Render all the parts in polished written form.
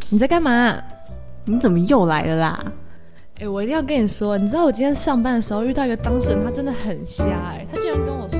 你在干嘛？ 你怎么又来了啦？ 我一定要跟你说，你知道我今天上班的时候遇到一个当事人，他真的很瞎他居然跟我说，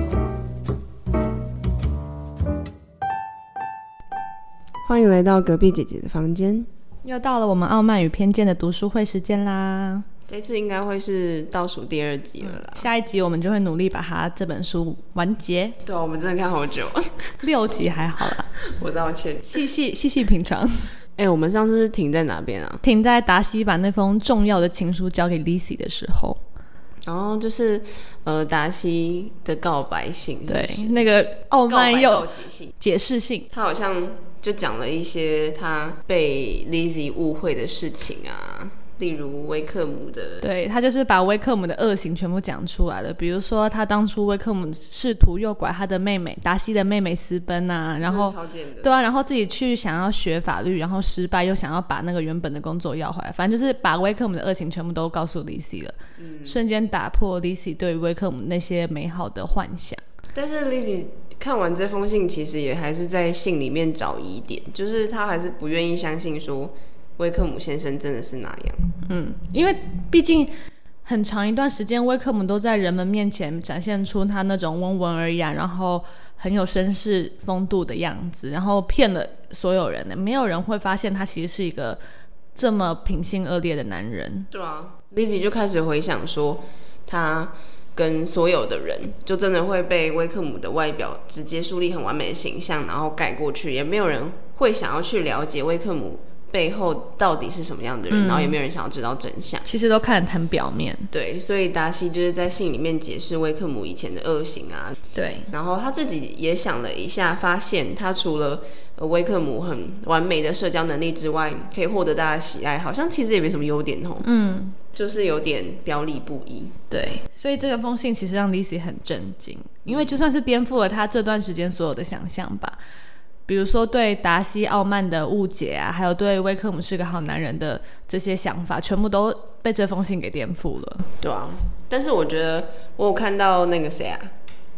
欢迎来到隔壁姐姐的房间， 又到了我们傲慢与偏见的读书会时间啦。 这次应该会是倒数第2集了啦， 下一集我们就会努力把它这本书完结。 对啊，我们真的看好久 6集还好啦， 我道歉， 细细品尝。 我们上次是停在哪边啊？ 停在达西把那封重要的情书交给 Lizzie 的时候， 然后就是达西的告白信， 对，那个傲慢又解释信， 他好像就讲了一些他被 Lizzie 误会的事情啊，例如威克姆的， 对，他就是把威克姆的恶行全部讲出来了。比如说他当初威克姆试图诱拐他的妹妹达西的妹妹私奔啊，然后对啊，然后自己去想要学法律，然后失败，又想要把那个原本的工作要回来，反正就是把威克姆的恶行全部都告诉 Lizzie 了，瞬间打破 Lizzie 对威克姆那些美好的幻想。 但是 Lizzie 看完这封信，其实也还是在信里面找疑点，就是他还是不愿意相信说威克姆先生真的是那样。 因为毕竟很长一段时间威克姆都在人们面前展现出他那种温文尔雅，然后很有绅士风度的样子，然后骗了所有人，没有人会发现他其实是一个这么品性恶劣的男人。 对啊， Lizzie 就开始回想说他跟所有的人就真的会被威克姆的外表直接树立很完美的形象然后盖过去，也没有人会想要去了解威克姆背后到底是什么样的人，然后也没有人想要知道真相， 其实都看得很表面。 对，所以达西就是在信里面解释威克姆以前的恶行啊， 对，然后他自己也想了一下，发现他除了威克姆很完美的社交能力之外，可以获得大家喜爱，好像其实也没什么优点哦。就是有点表里不一。 对，所以这封信其实让 Lizzie 很震惊，因为就算是颠覆了他这段时间所有的想象吧，比如说对达西傲慢的误解啊，还有对威克姆是个好男人的这些想法，全部都被这封信给颠覆了。 对啊，但是我觉得我有看到那个谁啊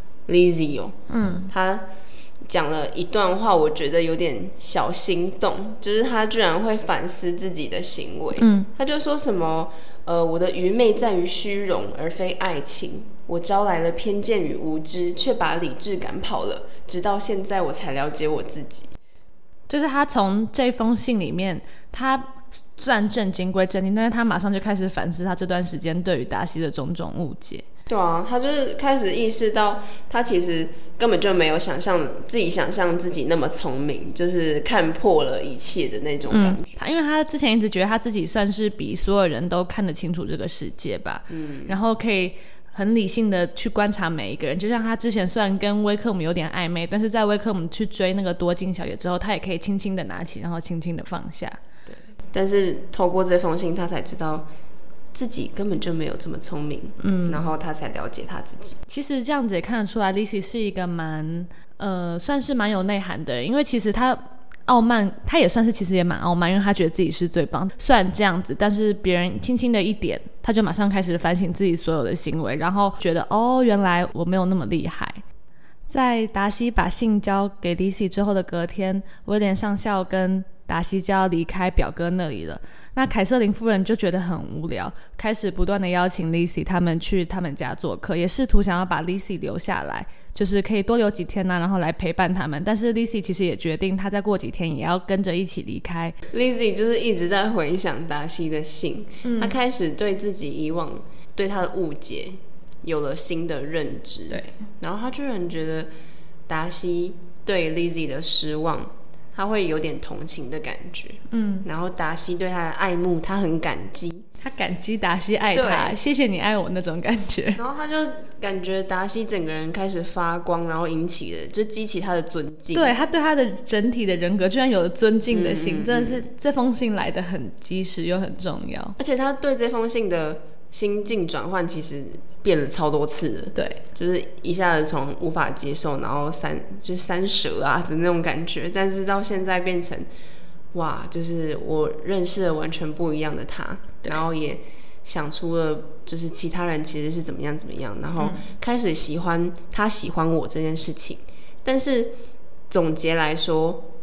Lizzie 他讲了一段话，我觉得有点小心动，就是他居然会反思自己的行为。他就说什么我的愚昧在于虚荣而非爱情，我招来了偏见与无知，却把理智赶跑了，直到现在我才了解我自己。 就是他从这封信里面，他虽然震惊归震惊，但是他马上就开始反思他这段时间对于达西的种种误解。 对啊，他就是开始意识到他其实根本就没有想象自己那么聪明，就是看破了一切的那种感觉。 因为他之前一直觉得他自己算是比所有人都看得清楚这个世界吧，然后可以很理性的去观察每一个人，就像他之前虽然跟威克姆有点暧昧，但是在威克姆去追那个多金小姐之后，他也可以轻轻的拿起，然后轻轻的放下。 对，但是透过这封信，他才知道自己根本就没有这么聪明，然后他才了解他自己。 其实这样子也看得出来 Lizzie 是一个算是蛮有内涵的人，因为其实他傲慢，他也算是其实也蛮傲慢，因为他觉得自己是最棒。虽然这样子，但是别人轻轻的一点，他就马上开始反省自己所有的行为，然后觉得原来我没有那么厉害。在达西把信交给 Lizzie 之后的隔天，威廉上校跟达西就要离开表哥那里了。那凯瑟琳夫人就觉得很无聊，开始不断的邀请 Lizzie 他们去他们家做客，也试图想要把 Lizzie 留下来，就是可以多留几天啊，然后来陪伴他们。但是 Lizzie 其实也决定，她再过几天也要跟着一起离开。 Lizzie 就是一直在回想达西的信，她开始对自己以往对他的误解有了新的认知。对，然后她居然觉得达西对 Lizzie 的失望，他会有点同情的感觉，然后达西对他的爱慕，他很感激， 他感激达西爱他，谢谢你爱我那种感觉。 然后他就感觉达西整个人开始发光，然后就激起他的尊敬。 对，他对他的整体的人格居然有了尊敬的心，真的是这封信来得很及时又很重要。 而且他对这封信的心境转换其实变了超多次了。对，就是一下子从无法接受，然后三蛇啊的那种感觉，但是到现在变成哇，就是我认识了完全不一样的他，然后也想出了就是其他人其实是怎么样，然后开始喜欢他喜欢我这件事情。但是总结来说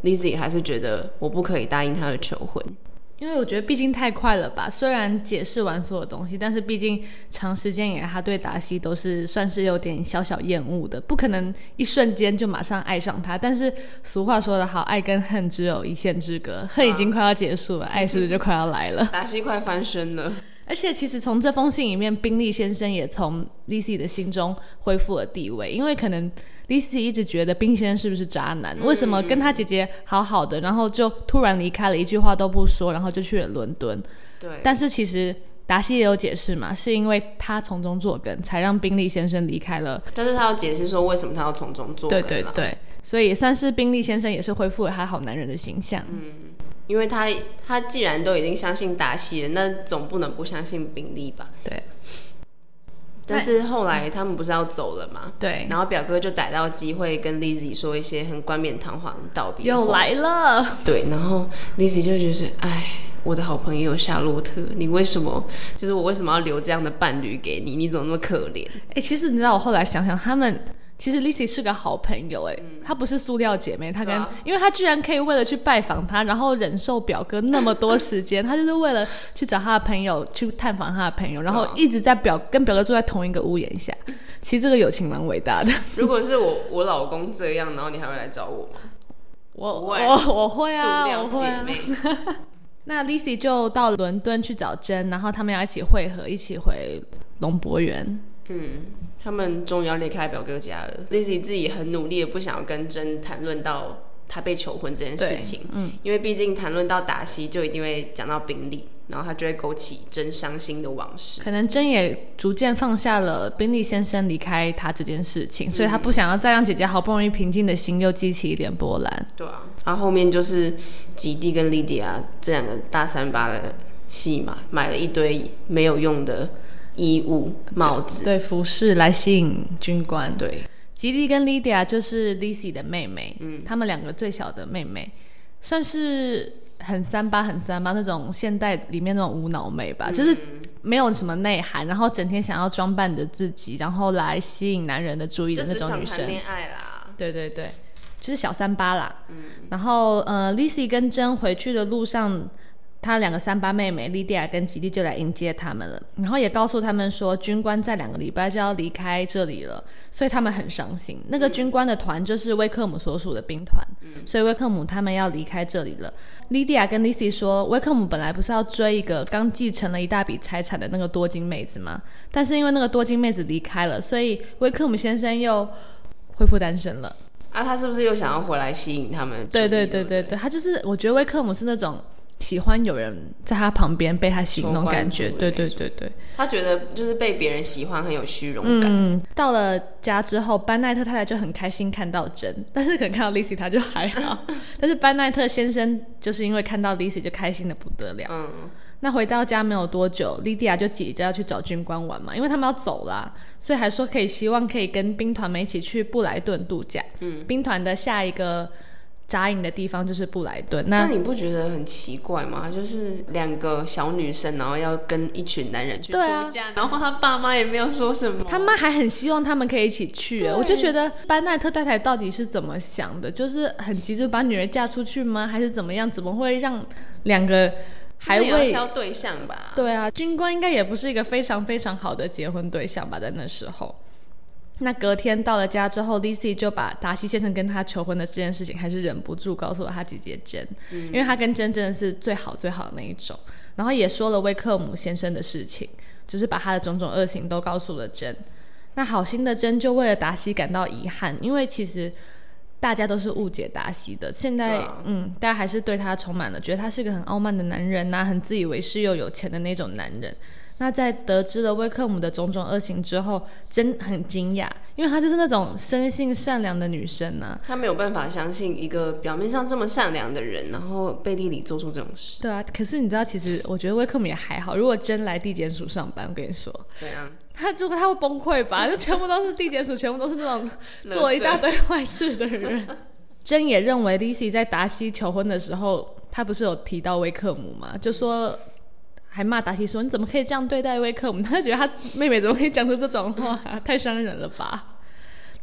Lizzy 还是觉得我不可以答应他的求婚。 因为我觉得毕竟太快了吧，虽然解释完所有东西，但是毕竟长时间以来他对达西都是算是有点小小厌恶的，不可能一瞬间就马上爱上他。但是俗话说得好，爱跟恨只有一线之隔，恨已经快要结束了，爱是不是就快要来了？ 达西快翻身了。 而且其实从这封信里面，宾利先生也从 Lizzy 的心中恢复了地位，因为可能 Lizzy 一直觉得宾先生是不是渣男，为什么跟他姐姐好好的，然后就突然离开了，一句话都不说，然后就去了伦敦。 对， 但是其实达西也有解释嘛，是因为他从中作梗，才让宾利先生离开了。 但是他要解释说为什么他要从中作梗。 对对对，所以也算是宾利先生也是恢复了他好男人的形象。 因为他既然都已经相信达西了，那总不能不相信宾利吧？ 对。 但是后来他们不是要走了嘛？ 对。 然后表哥就逮到机会跟 Lizzy 说一些很冠冕堂皇的道别。 又来了。对， 然后 Lizzy 就觉得，哎，我的好朋友夏洛特，你为什么就是我为什么要留这样的伴侣给你？你怎么那么可怜？ 其实你知道，我后来想想，他们。其实 Lizzy 是个好朋友她不是塑料姐妹，她跟因为她居然可以为了去拜访他，然后忍受表哥那么多时间，她就是为了去找他的朋友，去探访他的朋友，然后一直在跟表哥住在同一个屋檐下。其实这个友情蛮伟大的。 如果是我老公这样，然后你还会来找我吗？ 我会啊， 塑料姐妹。 那 Lizzy 就到伦敦去找珍，然后他们要一起会合，一起回龙博园。 他们终于要离开表哥家了。Lizzy 自己很努力的不想要跟珍谈论到他被求婚这件事情，因为毕竟谈论到达西就一定会讲到宾利，然后他就会勾起珍伤心的往事。 可能珍也逐渐放下了宾利先生离开他这件事情，所以他不想要再让姐姐好不容易平静的心又激起一点波澜。 对啊，然后后面就是吉蒂跟莉迪亚这两个大三八的戏嘛，买了一堆没有用的衣物、帽子， 对，服饰来吸引军官。 对， 吉蒂跟 Lydia 就是 Lizzy 的妹妹，她们两个最小的妹妹，算是很三八那种现代里面那种无脑妹吧，就是没有什么内涵，然后整天想要装扮着自己，然后来吸引男人的注意的那种女生。 就只想谈恋爱啦。 对对对，就是小三八啦。然后Lizzy 跟珍回去的路上。她两个三八妹妹莉迪亚跟吉蒂就来迎接他们了，然后也告诉他们说军官在2个礼拜就要离开这里了，所以他们很伤心。那个军官的团就是威克姆所属的兵团，所以威克姆他们要离开这里了。莉迪亚跟 Lizzy 说，威克姆本来不是要追一个刚继承了一大笔财产的那个多金妹子吗？但是因为那个多金妹子离开了，所以威克姆先生又恢复单身了。 他是不是又想要回来吸引他们？ 对，他就是我觉得威克姆是那种喜欢有人在他旁边被他吸引那种感觉。对， 他觉得就是被别人喜欢很有虚荣感。 到了家之后，班奈特太太就很开心看到珍，但是可能看到 Lizzy 他就还好。但是班奈特先生就是因为看到 Lizzy 就开心的不得了。那回到家没有多久，莉迪亚就急着要去找军官玩嘛，因为他们要走啦，所以还说希望可以跟兵团们一起去布莱顿度假。兵团的下一个扎营的地方就是布莱顿。那你不觉得很奇怪吗？就是2个小女生，然后要跟一群男人去度假，然后他爸妈也没有说什么， 他妈还很希望他们可以一起去。我就觉得班奈特太太到底是怎么想的，就是很急着把女儿嫁出去吗？还是怎么样？怎么会让2个还未要挑对象吧？ 对啊，军官应该也不是一个非常非常好的结婚对象吧，在那时候。那隔天到了家之后， Lizzy 就把达西先生跟他求婚的这件事情还是忍不住告诉了他姐姐珍，因为他跟珍真的是最好最好的那一种，然后也说了威克姆先生的事情，只是把他的种种恶行都告诉了珍。那好心的珍就为了达西感到遗憾，因为其实大家都是误解达西的，现在大家还是对他充满了觉得他是个很傲慢的男人啊，很自以为是又有钱的那种男人。那在得知了威克姆的种种恶行之后，真很惊讶，因为她就是那种生性善良的女生啊， 她没有办法相信一个表面上这么善良的人，然后背地里做出这种事。 对啊，可是你知道，其实我觉得威克姆也还好。如果真来地检署上班，我跟你说， 对啊， 他会崩溃吧？就全部都是地检署，全部都是那种做一大堆坏事的人。真也认为 Lizzy 在达西求婚的时候，他不是有提到威克姆吗？就说。还骂达西说你怎么可以这样对待威克姆？他就觉得他妹妹怎么可以讲出这种话，太伤人了吧。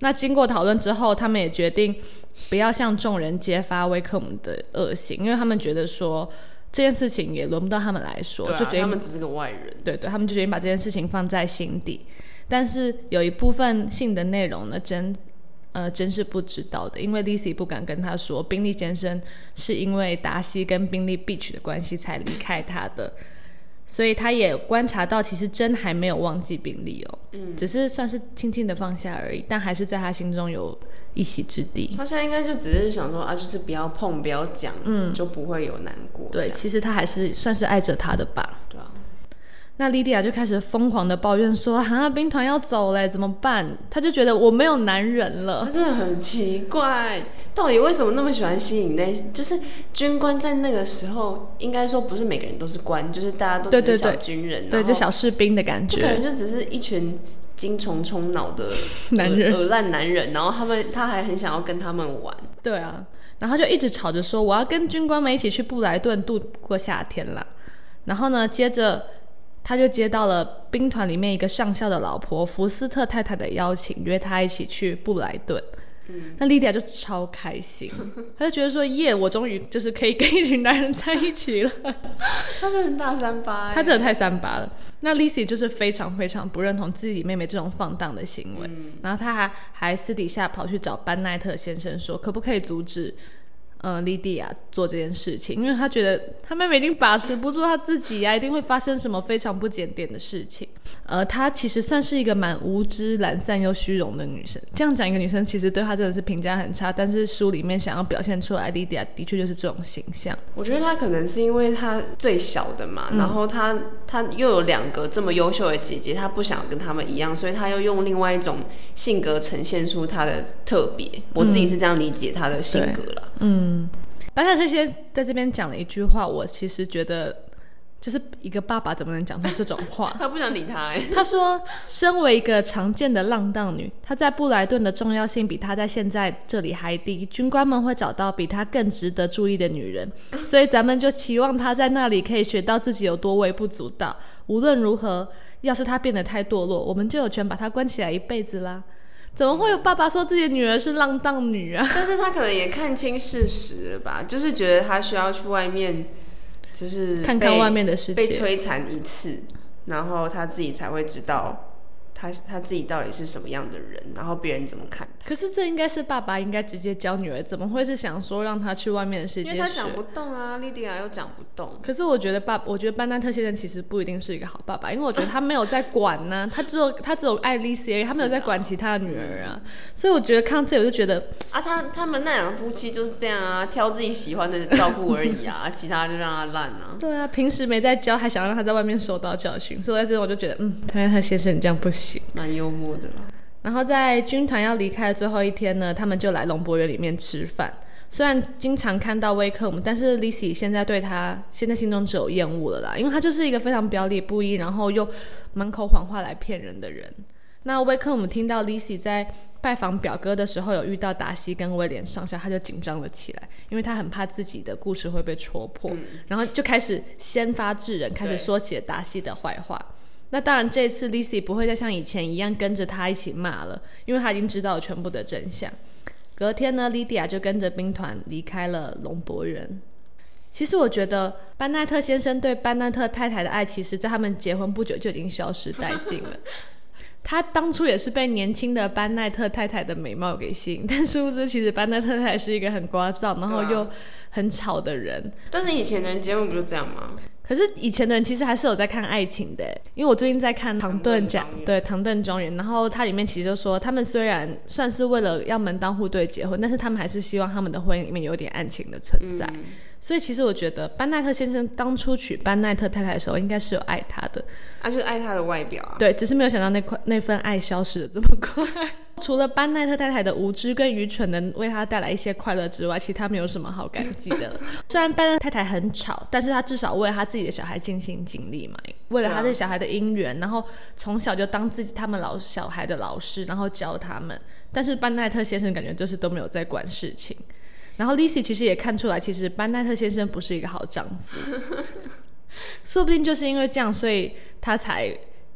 那经过讨论之后，他们也决定不要向众人揭发威克姆的恶行，因为他们觉得说这件事情也轮不到他们来说，就决定他们只是个外人。 对，他们就决定把这件事情放在心底。但是有一部分信的内容呢，真是不知道的，因为 Lizzie 不敢跟他说宾利先生是因为达西跟宾利 Beach 的关系才离开他的，所以他也观察到其实真还没有忘记宾利哦，只是算是轻轻的放下而已，但还是在他心中有一席之地。 他现在应该就只是想说就是不要碰不要讲，就不会有难过。 对，其实他还是算是爱着他的吧。 对啊。 那莉迪亚就开始疯狂的抱怨说兵团要走了怎么办，他就觉得我没有男人了。 他真的很奇怪，到底为什么那么喜欢吸引就是军官在那个时候应该说不是每个人都是官，就是大家都只是小军人。 对，就小士兵的感觉， 不可能就只是一群精虫充脑的男人恶烂男人，然后他还很想要跟他们玩。 对啊，然后就一直吵着说我要跟军官们一起去布莱顿度过夏天啦。然后呢，接着他就接到了兵团里面一个上校的老婆福斯特太太的邀请，约他一起去布莱顿。那莉迪亚就超开心，他就觉得说耶，我终于就是可以跟一群男人在一起了。 他真的很大三八， 他真的太三八了。那 Lizzie 就是非常非常不认同自己妹妹这种放荡的行为，然后他还私底下跑去找班奈特先生说，可不可以阻止莉迪亚做这件事情，因为他觉得他妹妹已经把持不住他自己啊，一定会发生什么非常不检点的事情。她其实算是一个蛮无知、懒散又虚荣的女生。这样讲一个女生，其实对她真的是评价很差。但是书里面想要表现出来，莉迪亚的确就是这种形象。 我觉得她可能是因为她最小的嘛，然后她又有2个这么优秀的姐姐，她不想跟她们一样，所以她又用另外一种性格呈现出她的特别。我自己是这样理解她的性格啦。 班奈特先生在这边讲了一句话，我其实觉得就是一个爸爸怎么能讲出这种话？ 他不想理他他说，身为一个常见的浪荡女，她在布莱顿的重要性比她在现在这里还低。军官们会找到比她更值得注意的女人，所以咱们就期望她在那里可以学到自己有多微不足道。无论如何，要是她变得太堕落，我们就有权把她关起来一辈子啦。怎么会有爸爸说自己的女儿是浪荡女啊？ 但是他可能也看清事实了吧，就是觉得他需要去外面，就是看看外面的世界， 被摧残一次，然后他自己才会知道他自己到底是什么样的人，然后别人怎么看他。 可是这应该是爸爸应该直接教女儿，怎么会是想说让她去外面的世界学？ 因为他讲不动啊，莉迪亚又讲不动。 可是我觉得班奈特先生其实不一定是一个好爸爸，因为我觉得他没有在管呢、他只有爱丽丝而已，他没有在管其他的女儿啊。所以我觉得看到这我就觉得啊，他们那2个夫妻就是这样啊，挑自己喜欢的照顾而已啊，其他就让他烂啊。 对啊，平时没在教，还想让他在外面受到教训，所以在这种我就觉得，班奈特先生你这样不行。 蛮幽默的啦。 然后在军团要离开的最后一天呢，他们就来龙博园里面吃饭。虽然经常看到威克姆，但是 Lizzie 现在对他现在心中只有厌恶了啦，因为他就是一个非常表里不一，然后又满口谎话来骗人的人。那威克姆听到 Lizzie 在拜访表哥的时候有遇到达西跟威廉上校，他就紧张了起来，因为他很怕自己的故事会被戳破，然后就开始先发制人，开始说起了达西的坏话。那当然这次 Lizzie 不会再像以前一样跟着他一起骂了，因为他已经知道了全部的真相。隔天呢，莉迪亚就跟着兵团离开了龙博人。其实我觉得班奈特先生对班奈特太太的爱，其实在他们结婚不久就已经消失殆尽了。他当初也是被年轻的班奈特太太的美貌给吸引，但殊不知其实班奈特太太是一个很聒噪然后又很吵的人。 但是以前的人结婚不就这样吗？ 可是以前的人其实还是有在看爱情的，因为我最近在看唐顿庄园，然后它里面其实就说他们虽然算是为了要门当户对结婚，但是他们还是希望他们的婚姻里面有点爱情的存在。所以其实我觉得班奈特先生当初娶班奈特太太的时候应该是有爱她的， 就是爱她的外表啊。 对，只是没有想到那份爱消失的这么快。除了班奈特太太的无知跟愚蠢能为他带来一些快乐之外，其他没有什么好感激的了。虽然班奈特太太很吵，但是他至少为了他自己的小孩尽心尽力嘛，为了他的小孩的姻缘，然后从小就当他们小孩的老师，然后教他们。但是班奈特先生感觉就是都没有在管事情。然后 Lizzie 其实也看出来，其实班奈特先生不是一个好丈夫。说不定就是因为这样，所以他才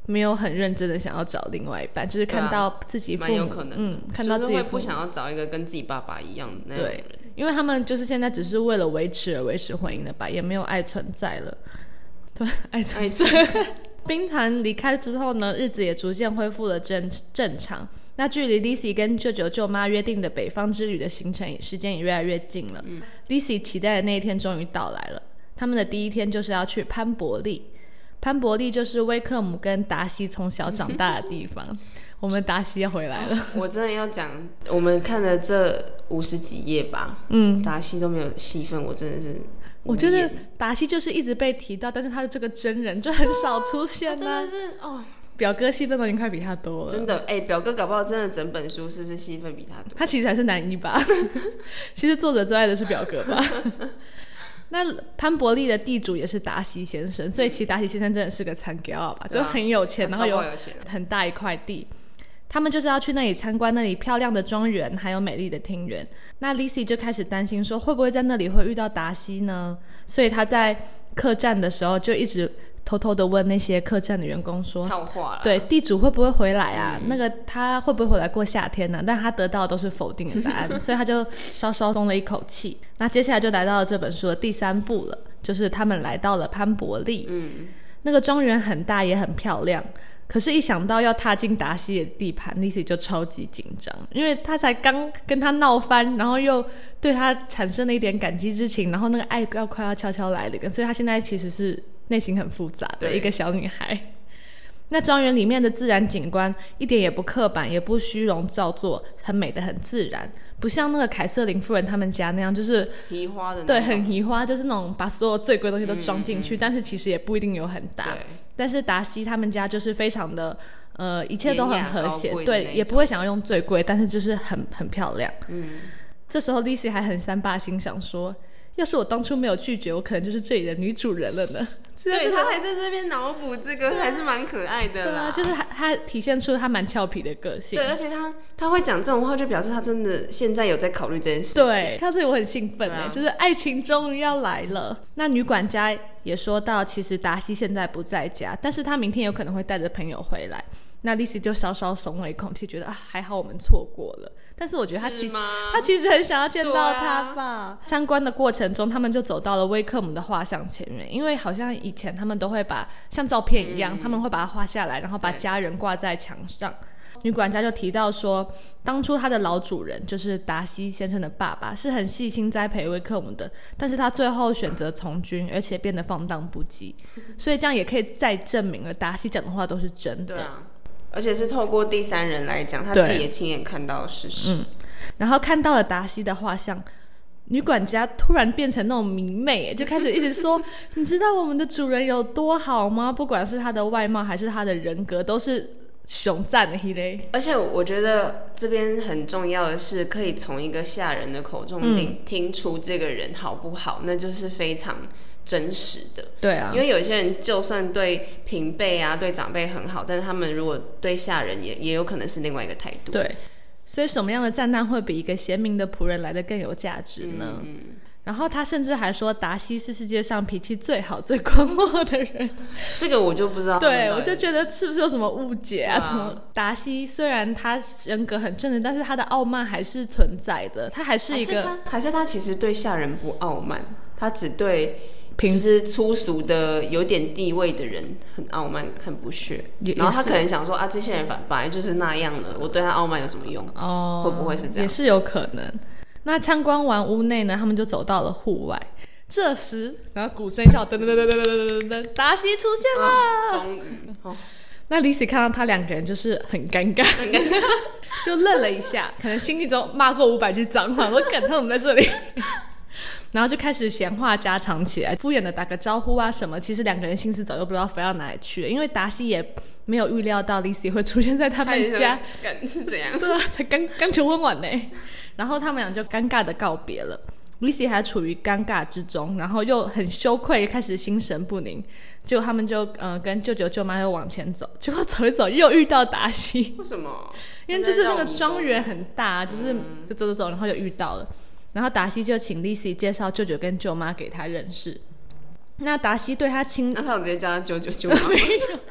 没有很认真的想要找另外一半，就是看到自己父母， 蛮有可能看到自己父母、 就是会不想要找一个跟自己爸爸一样的那种人。 对，因为他们就是现在只是为了维持而维持婚姻了吧，也没有爱存在了。对，爱存在。兵团离开之后呢，日子也逐渐恢复了正常。那距离 Lizzie 跟舅舅舅妈约定的北方之旅的行程时间也越来越近了。Lizzie 期待的那一天终于到来了。他们的第一天就是要去潘伯利。潘伯利就是威克姆跟达西从小长大的地方。我们达西要回来了。 我真的要讲，我们看了这50几页吧，达西都没有戏份，我真的是。 我觉得达西就是一直被提到，但是他的这个真人就很少出现真的是哦。 表哥戏份都已经快比他多了， 真的表哥搞不好真的整本书是不是戏份比他多？ 他其实还是男一吧。其实作者最爱的是表哥吧。那潘伯利的地主也是达西先生，所以其实达西先生真的是个残家吧，就很有钱，然后有很大一块地。他们就是要去那里参观那里漂亮的庄园还有美丽的庭园。那 Lizzie 就开始担心说会不会在那里会遇到达西呢，所以他在客栈的时候就一直偷偷的问那些客栈的员工说， 套话啦， 对，地主会不会回来啊？那个他会不会回来过夏天呢？但他得到的都是否定的答案，所以他就稍稍松了一口气。那接下来就来到了这本书的第3部了，就是他们来到了潘伯利。那个庄园很大也很漂亮，可是一想到要踏进达西的地盘， Lizzie 就超级紧张，因为他才刚跟他闹翻，然后又对他产生了一点感激之情，然后那个爱要快要悄悄来了，所以他现在其实是内心很复杂的一个小女孩。那庄园里面的自然景观一点也不刻板，也不虚荣造作，很美的很自然，不像那个凯瑟琳夫人他们家那样就是移花的那种， 对，很移花，就是那种把所有最贵的东西都装进去，但是其实也不一定有很大。但是达西他们家就是非常的一切都很和谐，对，也不会想要用最贵，但是就是很漂亮。这时候 Lizzie 还很三八心想说，要是我当初没有拒绝，我可能就是这里的女主人了呢。 对，他还在这边脑补这个，还是蛮可爱的啦。 就是他体现出他蛮俏皮的个性。 对，而且他会讲这种话，就表示他真的现在有在考虑这件事情。 对，看到这里我很兴奋就是爱情终于要来了。那女管家也说到，其实达西现在不在家，但是他明天有可能会带着朋友回来。那 Lizzie 就稍稍松了一口气，觉得还好我们错过了。但是我觉得他其实很想要见到他吧。参观的过程中，他们就走到了威克姆的画像前面，因为好像以前他们都会把像照片一样，他们会把它画下来，然后把家人挂在墙上。女管家就提到说，当初他的老主人就是达西先生的爸爸是很细心栽培威克姆的，但是他最后选择从军，而且变得放荡不羁，所以这样也可以再证明了达西讲的话都是真的。 对啊，而且是透过第三人来讲，他自己也亲眼看到的事实。 然后看到了达西的画像，女管家突然变成那种迷妹，就开始一直说你知道我们的主人有多好吗？不管是他的外貌还是他的人格，都是雄赞的。 而且我觉得这边很重要的是，可以从一个下人的口中听出这个人好不好，那就是非常真实的。 对啊， 因为有些人就算对平辈啊对长辈很好，但是他们如果对下人也有可能是另外一个态度。 对，所以什么样的赞叹会比一个贤明的仆人来得更有价值呢？然后他甚至还说达西是世界上脾气最好最宽厚的人。 这个我就不知道。 对，我就觉得是不是有什么误解啊？什么达西虽然他人格很正直，但是他的傲慢还是存在的，他还是一个还是他其实对下人不傲慢，他只对就是粗俗的有点地位的人很傲慢很不屑，然后他可能想说这些人本来就是那样了，我对他傲慢有什么用？会不会是这样？ 也是有可能。那参观完屋内呢，他们就走到了户外。这时，然后鼓声一下，噔噔噔噔噔噔噔，达西出现了。 终于， 那 Lizzie 看到他两个人就是很尴尬，就愣了一下，可能心里中骂过500句脏话，说干他怎么在这里？然后就开始闲话家常起来，敷衍的打个招呼啊什么。其实两个人心思早就不知道飞到哪里去了，因为达西也没有预料到 Lizzie 会出现在他们家。 是怎样？ 对啊，才刚求婚完呢。然后他们俩就尴尬的告别了。Lizzie 还处于尴尬之中，然后又很羞愧，开始心神不宁。结果他们就跟舅舅舅妈又往前走，结果走一走又遇到达西。 为什么？ 因为就是那个庄园很大，就是就走走走，然后就遇到了。然后达西就请 Lizzie 介绍舅舅跟舅妈给他认识。那达西对他那他有直接叫他舅舅舅妈？ 没有。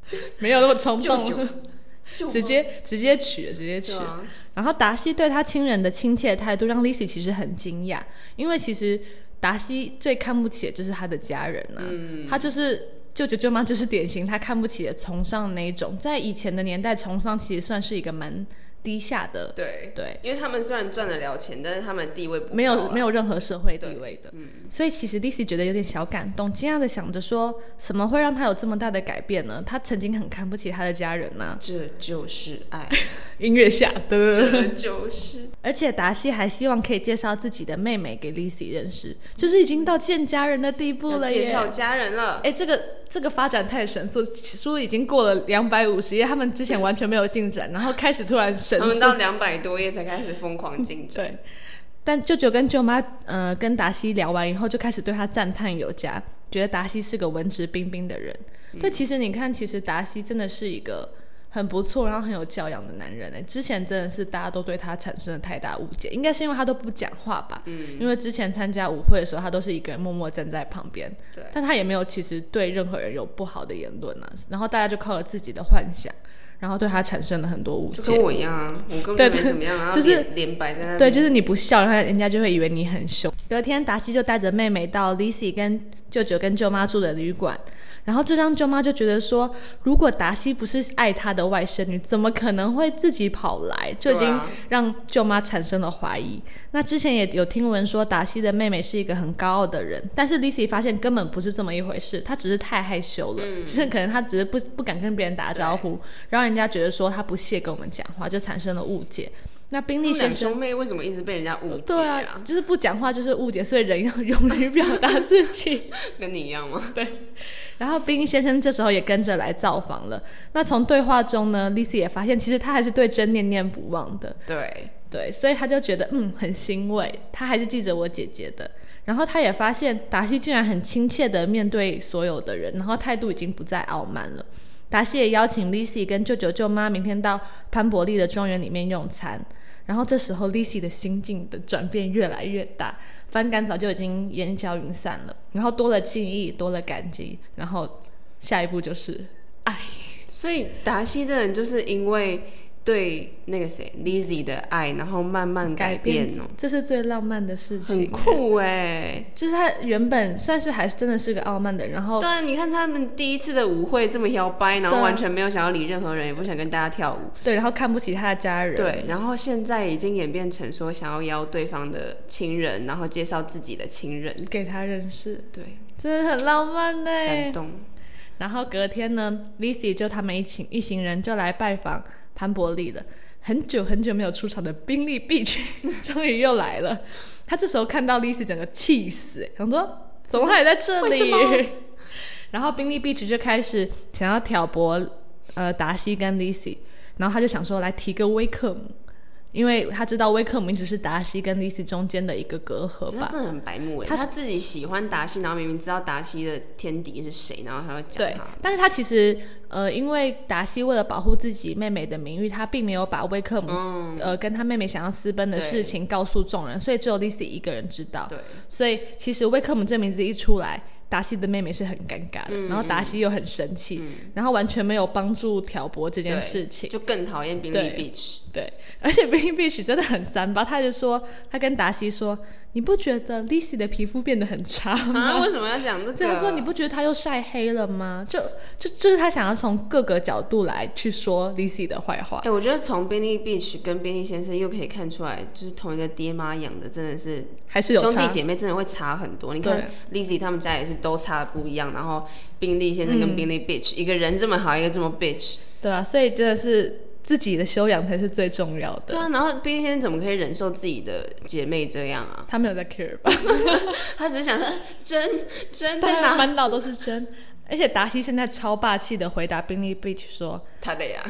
没有那么冲动， 直接娶。然后达西对他亲人的亲切态度让 Lizzie 其实很惊讶，因为其实达西最看不起的就是他的家人啊，他就是舅舅舅妈，就是典型他看不起的崇尚那一种，在以前的年代，崇尚其实算是一个蛮低下的，对， 因为他们虽然赚得了钱，但是他们地位不高， 没有任何社会地位的，所以其实 Lizzie 觉得有点小感动，惊讶的想着说，什么会让他有这么大的改变呢？他曾经很看不起他的家人啊， 这就是爱， 音乐下的， 这就是。 而且达西还希望可以介绍自己的妹妹给 Lizzie 认识，就是已经到见家人的地步了耶， 介绍家人了。 这个发展太神速，书已经过了250页，他们之前完全没有进展，然后开始突然神速， 他们到200多页才开始疯狂进展。 对，但舅舅跟舅妈跟达西聊完以后，就开始对他赞叹有加，觉得达西是个文质彬彬的人。但其实你看，其实达西真的是一个很不错，然后很有教养的男人欸。之前真的是大家都对他产生了太大误解，应该是因为他都不讲话吧？因为之前参加舞会的时候，他都是一个人默默站在旁边，但他也没有其实对任何人有不好的言论啊。然后大家就靠了自己的幻想，然后对他产生了很多误解。 就跟我一样啊，我根本没怎么样，然后就是脸摆在那边。 对，就是你不笑，然后人家就会以为你很凶。隔天，达西就带着妹妹到 Lizzie 跟舅舅跟舅妈住的旅馆。然后这让舅妈就觉得说，如果达西不是爱她的外甥女，怎么可能会自己跑来？就已经让舅妈产生了怀疑。那之前也有听闻说，达西的妹妹是一个很高傲的人，但是 Lizzie 发现根本不是这么一回事，她只是太害羞了，就是可能她只是不敢跟别人打招呼，让人家觉得说她不屑跟我们讲话，就产生了误解。那宾利先生兄妹为什么一直被人家误解对啊，就是不讲话就是误解，所以人要勇于表达自己。 跟你一样吗？ 对。然后宾利先生这时候也跟着来造访了。那从对话中呢 ，Lizzie 也发现其实他还是对真念念不忘的。对，所以他就觉得很欣慰，他还是记着我姐姐的。然后他也发现达西竟然很亲切的面对所有的人，然后态度已经不再傲慢了。达西也邀请 Lizzie 跟舅舅舅妈明天到潘伯利的庄园里面用餐。然后这时候 Lizzie 的心境的转变越来越大，反感早就已经烟消云散了，然后多了敬意，多了感激，然后下一步就是爱。 所以达西这人就是因为对那个谁 Lizzie 的爱，然后慢慢改变哦， 这是最浪漫的事情， 很酷哎！ 就是他原本算是还真的是个傲慢的人，然后对啊，你看他们第一次的舞会这么摇摆，然后完全没有想要理任何人，也不想跟大家跳舞， 对，然后看不起他的家人， 对，然后现在已经演变成说想要邀对方的亲人，然后介绍自己的亲人给他认识， 对， 真的很浪漫呢， 感动。 然后隔天呢 ，Lizzie 就他们一行人就来拜访潘伯利了。很久没有出场的宾利 Beach 终于又来了。他这时候看到 Lizzie 整个气死，想说怎么还在这里？然后宾利 Beach 就开始想要挑拨达西跟 Lizzie， 然后他就想说来提个威克姆。因为他知道威克姆一直是达西跟 Lizzie 中间的一个隔阂吧。 他真的很白目耶，他自己喜欢达西，然后明明知道达西的天敌是谁，然后还要讲他。 对，但是他其实因为达西为了保护自己妹妹的名誉，他并没有把威克姆跟他妹妹想要私奔的事情告诉众人，所以只有 Lizzie 一个人知道。 对， 所以其实威克姆这名字一出来，达西的妹妹是很尴尬的，然后达西又很生气，然后完全没有帮助挑拨这件事情， 就更讨厌宾利 Beach。 对，而且宾利 Beach 真的很三八，他就说，他跟达西说，你不觉得 Lizzie 的皮肤变得很差吗？ 啊，为什么要讲这个？ 他说你不觉得他又晒黑了吗？就是他想要从各个角度来去说 Lizzie 的坏话。 我觉得从宾利 Beach 跟宾利先生又可以看出来，就是同一个爹妈养的，真的是还是有差， 兄弟姐妹真的会差很多。你看 Lizzie 他们家也是都差的不一样，然后宾利先生跟宾利 Beach，一个人这么好，一个这么 bitch。 对啊，所以真的是自己的修养才是最重要的。 对啊，然后宾利先生怎么可以忍受自己的姐妹这样啊？ 他没有在 care 吧？ 他只是想说针在哪？ 满脑都是针。而且达西现在超霸气的回答宾利 Beach 说：“ 他的呀。”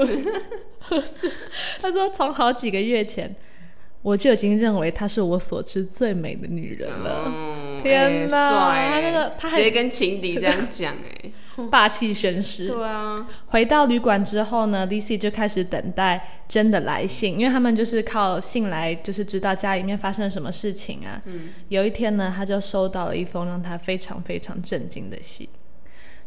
他说从好几个月前，我就已经认为她是我所知最美的女人了。天哪，他直接跟情敌这样讲霸气宣誓。 对啊。 回到旅馆之后呢 ，Lizzie 就开始等待真的来信，因为他们就是靠信来，就是知道家里面发生了什么事情啊。有一天呢，他就收到了一封让他非常非常震惊的信。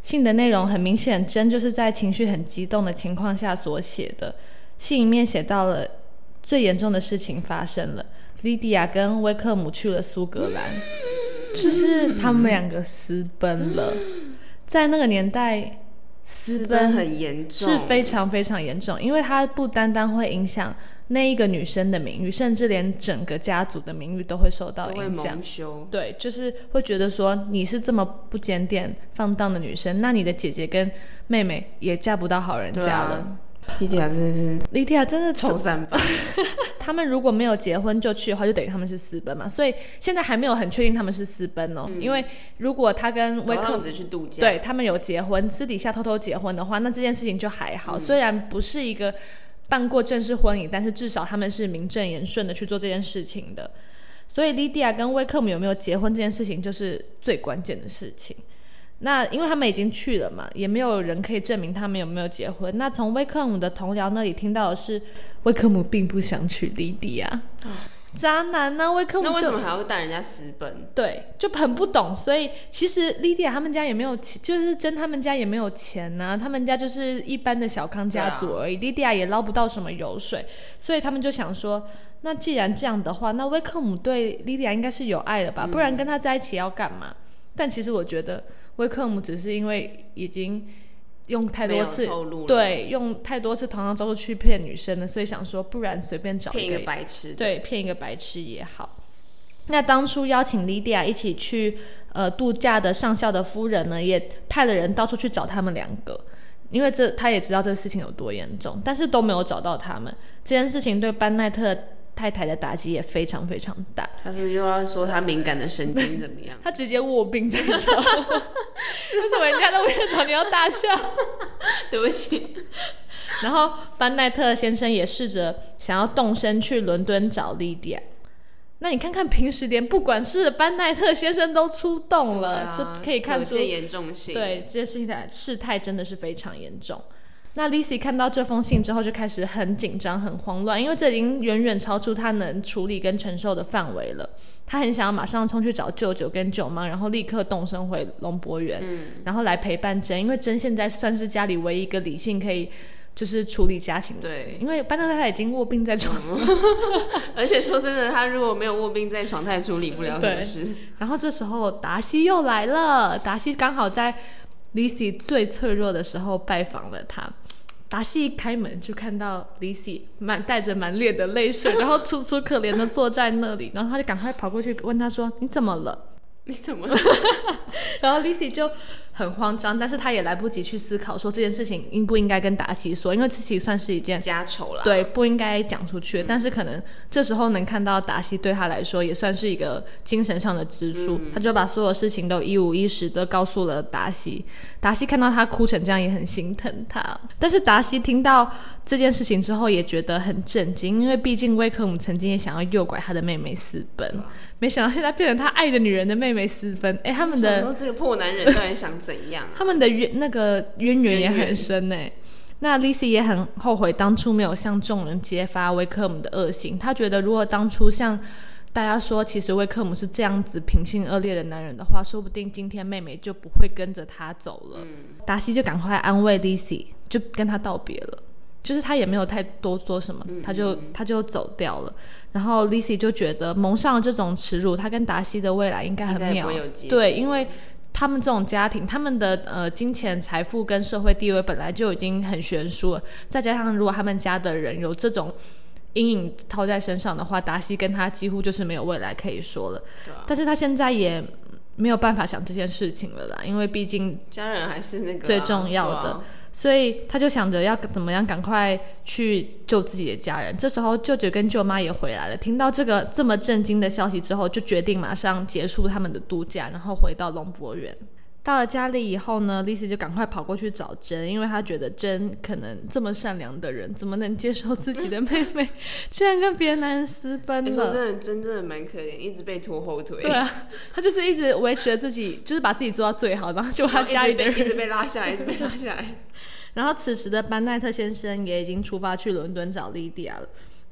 信的内容很明显，真就是在情绪很激动的情况下所写的。信里面写到了最严重的事情发生了，莉迪亚跟威克姆去了苏格兰，就是他们两个私奔了。在那个年代，私奔很严重， 是非常非常严重，因为它不单单会影响那一个女生的名誉，甚至连整个家族的名誉都会受到影响。对，就是会觉得说你是这么不检点放荡的女生，那你的姐姐跟妹妹也嫁不到好人家了。 莉迪亚真的臭三八他们如果没有结婚就去的话，就等于他们是私奔嘛，所以现在还没有很确定他们是私奔哦。因为如果他跟威克只去度假， 对，他们有结婚，私底下偷偷结婚的话，那这件事情就还好。虽然不是一个办过正式婚礼，但是至少他们是名正言顺的去做这件事情的。所以莉迪亚跟威克姆有没有结婚这件事情就是最关键的事情。那因为他们已经去了嘛，也没有人可以证明他们有没有结婚。那从威克姆的同僚那里听到的是，威克姆并不想娶莉迪亚。渣男呢、威克姆那为什么还要带人家私奔？ 对，就很不懂。所以其实莉迪亚他们家也没有，就是真他们家也没有钱啊，他们家就是一般的小康家族而已。莉迪亚也捞不到什么油水，所以他们就想说，那既然这样的话，那威克姆对莉迪亚应该是有爱的吧，不然跟他在一起要干嘛？但其实我觉得威克姆只是因为已经用太多次，对，用太多次同样招数去骗女生了，所以想说不然随便找骗一个白痴， 对，骗一个白痴也好。那当初邀请莉迪亚一起去度假的上校的夫人呢，也派了人到处去找他们两个，因为他也知道这个事情有多严重，但是都没有找到他们。这件事情对班奈特太太的打击也非常非常大。 他是不是又要说他敏感的神经怎么样？ 他直接卧病在床。为什么人家都为了找你要大笑？ 对不起。 然后班奈特先生也试着想要动身去伦敦找莉迪亚。那你看看平时连不管是班奈特先生都出动了，就可以看出严重性。 对，这件事情的事态真的是非常严重。那 Lizzie 看到这封信之后就开始很紧张很慌乱，因为这已经远远超出他能处理跟承受的范围了。他很想要马上冲去找舅舅跟舅妈，然后立刻动身回龙博园，然后来陪伴珍，因为珍现在算是家里唯一一个理性可以就是处理家庭的。 对， 因为班奈特已经卧病在床， 而且说真的，他如果没有卧病在床，他也处理不了什么事。 然后这时候达西又来了，达西刚好在 Lizzie 最脆弱的时候拜访了他。达西一开门就看到 Lizzie 带着满脸的泪水，然后楚楚可怜的坐在那里，然后他就赶快跑过去问他说：“你怎么了？”然后 Lizzie 就很慌张，但是他也来不及去思考说这件事情应不应该跟达西说，因为这其实算是一件家丑啦， 对，不应该讲出去。但是可能这时候能看到达西对他来说也算是一个精神上的支柱，他就把所有事情都一五一十的告诉了达西。达西看到他哭成这样也很心疼他，但是达西听到这件事情之后也觉得很震惊，因为毕竟威克姆曾经也想要诱拐他的妹妹私奔，没想到现在变成他爱的女人的妹妹私奔。他们的这个破男人到底想怎样他们的那个渊源也很深那 Lizzie 也很后悔当初没有向众人揭发威克姆的恶行，他觉得如果当初向大家说其实威克姆是这样子品性恶劣的男人的话，说不定今天妹妹就不会跟着他走了。达西就赶快安慰 Lizzie， 就跟他道别了，就是他也没有太多说什么，他就走掉了。然后 Lizzie 就觉得蒙上了这种耻辱，他跟达西的未来应该很妙，对，因为他们这种家庭，他们的金钱财富跟社会地位本来就已经很悬殊了，再加上如果他们家的人有这种阴影套在身上的话，达西跟他几乎就是没有未来可以说了。但是他现在也没有办法想这件事情了啦，因为毕竟家人还是那个最重要的，所以他就想着要怎么样赶快去救自己的家人。这时候舅舅跟舅妈也回来了，听到这个这么震惊的消息之后，就决定马上结束他们的度假，然后回到龙博园。到了家里以后呢， Lizzie 就赶快跑过去找珍，因为她觉得珍可能这么善良的人怎么能接受自己的妹妹居然跟别的男人私奔了。 你说真的蛮可怜，一直被拖后腿。 对啊，她就是一直维持了自己，就是把自己做到最好，然后就她家里的人一直被拉下来，一直被拉下来。 然后此时的班奈特先生也已经出发去伦敦找莉迪亚了。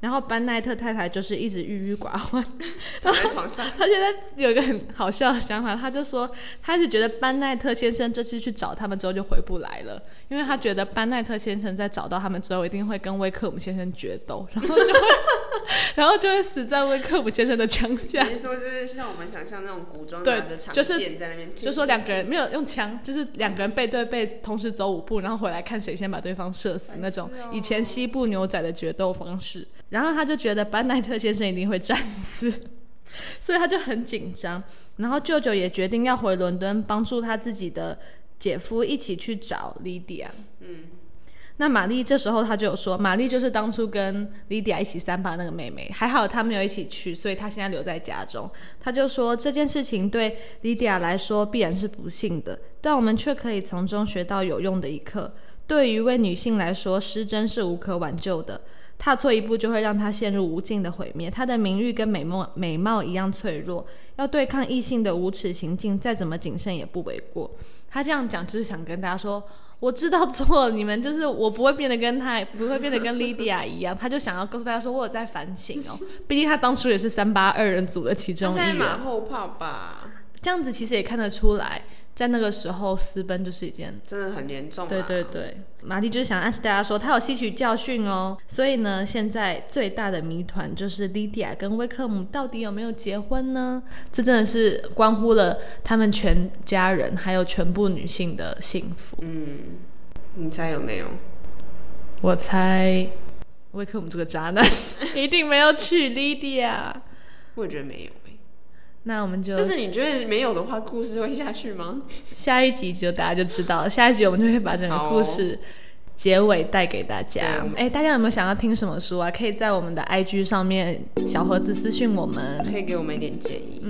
然后班奈特太太就是一直郁郁寡欢， 躺在床上。 他觉得有一个很好笑的想法，他就说他是觉得班奈特先生这次去找他们之后就回不来了，因为他觉得班奈特先生在找到他们之后一定会跟威克姆先生决斗，然后就会死在威克姆先生的枪下。 你说就是像我们想象那种古装拿着长剑在那边， 就说两个人没有用枪，就是两个人背对背同时走5步，然后回来看谁先把对方射死那种以前西部牛仔的决斗方式。然后他就觉得班奈特先生一定会战死，所以他就很紧张。然后舅舅也决定要回伦敦帮助他自己的姐夫一起去找莉迪亚。那玛丽这时候他就有说，玛丽就是当初跟莉迪亚一起3把那个妹妹，还好她没有一起去，所以她现在留在家中。他就说这件事情对莉迪亚来说必然是不幸的，但我们却可以从中学到有用的一课。对于一位女性来说，失真是无可挽救的，踏错一步就会让她陷入无尽的毁灭。她的名誉跟美貌一样脆弱，要对抗异性的无耻行径，再怎么谨慎也不为过。他这样讲就是想跟大家说，我知道错了，你们就是我不会变得跟他，不会变得跟莉迪亚一样。他就想要告诉大家说，我有在反省哦。毕竟他当初也是382人组的其中一员。 他现在马后炮吧？ 这样子其实也看得出来，在那个时候私奔就是一件真的很严重。 对，玛丽就是想暗示大家说，她有吸取教训哦。所以呢，现在最大的谜团就是莉迪亚跟威克姆到底有没有结婚呢？这真的是关乎了他们全家人还有全部女性的幸福。 你猜有没有？ 我猜威克姆这个渣男一定没有娶莉迪亚。 我也觉得没有。 那我们就， 但是你觉得没有的话，故事会下去吗？ 下一集就大家就知道了。下一集我们就会把整个故事结尾带给大家。大家有没有想要听什么书啊？可以在我们的 IG 上面小盒子私讯我们， 可以给我们一点建议。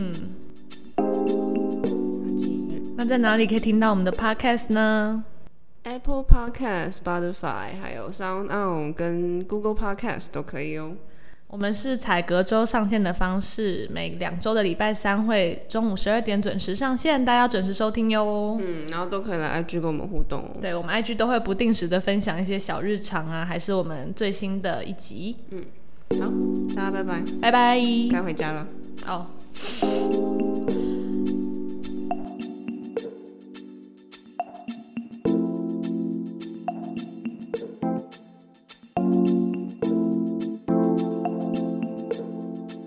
那在哪里可以听到我们的 Podcast 呢？ Apple Podcast、Spotify 还有 SoundOn 跟 Google Podcast 都可以哦。 我们是采隔周上线的方式，每2周的礼拜3会中午12点准时上线，大家要准时收听哟。 然后都可以来 IG 跟我们互动哦。 对，我们 IG 都会不定时的分享一些小日常啊，还是我们最新的一集。 好，大家拜拜。 拜拜。 该回家了。 好。